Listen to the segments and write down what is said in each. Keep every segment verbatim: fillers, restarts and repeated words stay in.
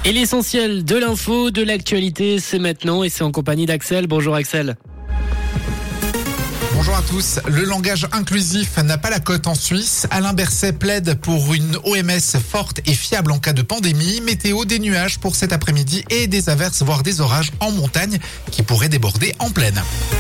Et l'essentiel de l'info, de l'actualité, c'est maintenant et c'est en compagnie d'Axel. Bonjour Axel. Bonjour à tous. Le langage inclusif n'a pas la cote en Suisse. Alain Berset plaide pour une O M S forte et fiable en cas de pandémie. Météo, des nuages pour cet après-midi et des averses, voire des orages en montagne qui pourraient déborder en plaine.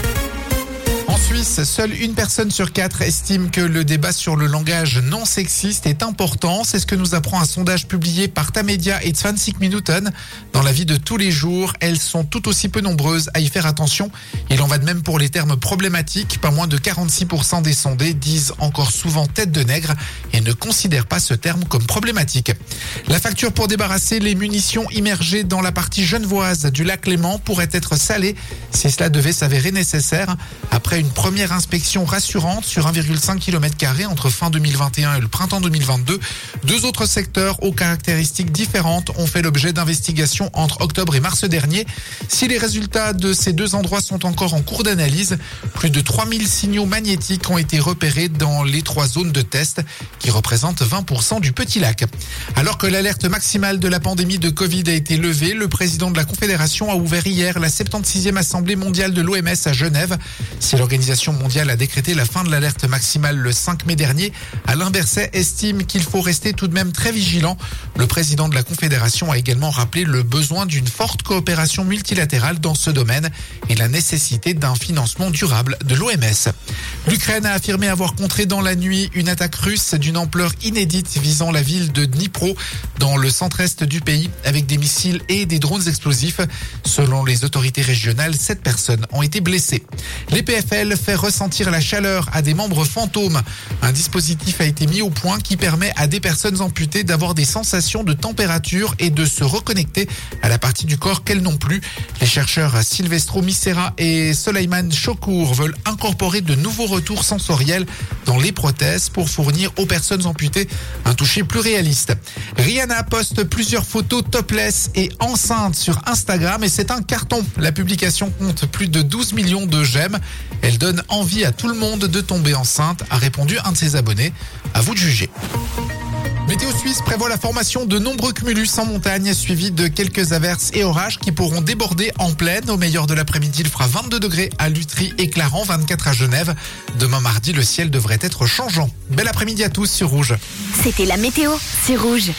En Suisse, seule une personne sur quatre estime que le débat sur le langage non sexiste est important. C'est ce que nous apprend un sondage publié par Tamedia et zwanzig Minuten. Dans la vie de tous les jours, elles sont tout aussi peu nombreuses à y faire attention. Il en va de même pour les termes problématiques. Pas moins de quarante-six pour cent des sondés disent encore souvent tête de nègre et ne considèrent pas ce terme comme problématique. La facture pour débarrasser les munitions immergées dans la partie genevoise du lac Léman pourrait être salée si cela devait s'avérer nécessaire. Après une première inspection rassurante sur un virgule cinq kilomètres carrés entre fin deux mille vingt et un et le printemps deux mille vingt-deux, deux autres secteurs aux caractéristiques différentes ont fait l'objet d'investigations entre octobre et mars dernier. Si les résultats de ces deux endroits sont encore en cours d'analyse, plus de trois mille signaux magnétiques ont été repérés dans les trois zones de test qui représentent vingt pour cent du petit lac. Alors que l'alerte maximale de la pandémie de Covid a été levée, le président de la Confédération a ouvert hier la soixante-septième Assemblée mondiale de l'O M S à Genève. Si l'Organisation mondiale a décrété la fin de l'alerte maximale le cinq mai dernier, Alain Berset estime qu'il faut rester tout de même très vigilant. Le président de la Confédération a également rappelé le besoin d'une forte coopération multilatérale dans ce domaine et la nécessité d'un financement durable de l'O M S. L'Ukraine a affirmé avoir contré dans la nuit une attaque russe d'une ampleur inédite visant la ville de Dnipro dans le centre-est du pays avec des missiles et des drones explosifs. Selon les autorités régionales, sept personnes ont été blessées. Les P F L fait ressentir la chaleur à des membres fantômes. Un dispositif a été mis au point qui permet à des personnes amputées d'avoir des sensations de température et de se reconnecter à la partie du corps qu'elles n'ont plus. Les chercheurs Silvestro Misera et Soleiman Chokour veulent incorporer de nouveaux retours sensoriels dans les prothèses pour fournir aux personnes amputées un toucher plus réaliste. Rihanna poste plusieurs photos topless et enceinte sur Instagram et c'est un carton. La publication compte plus de douze millions de j'aime. Elle donne envie à tout le monde de tomber enceinte, a répondu un de ses abonnés. À vous de juger. Météo Suisse prévoit la formation de nombreux cumulus en montagne, suivis de quelques averses et orages qui pourront déborder en plaine. Au meilleur de l'après-midi, il fera vingt-deux degrés à Lutry et Clarens, vingt-quatre à Genève. Demain mardi, le ciel devrait être changeant. Bel après-midi à tous sur Rouge. C'était la météo, c'est Rouge.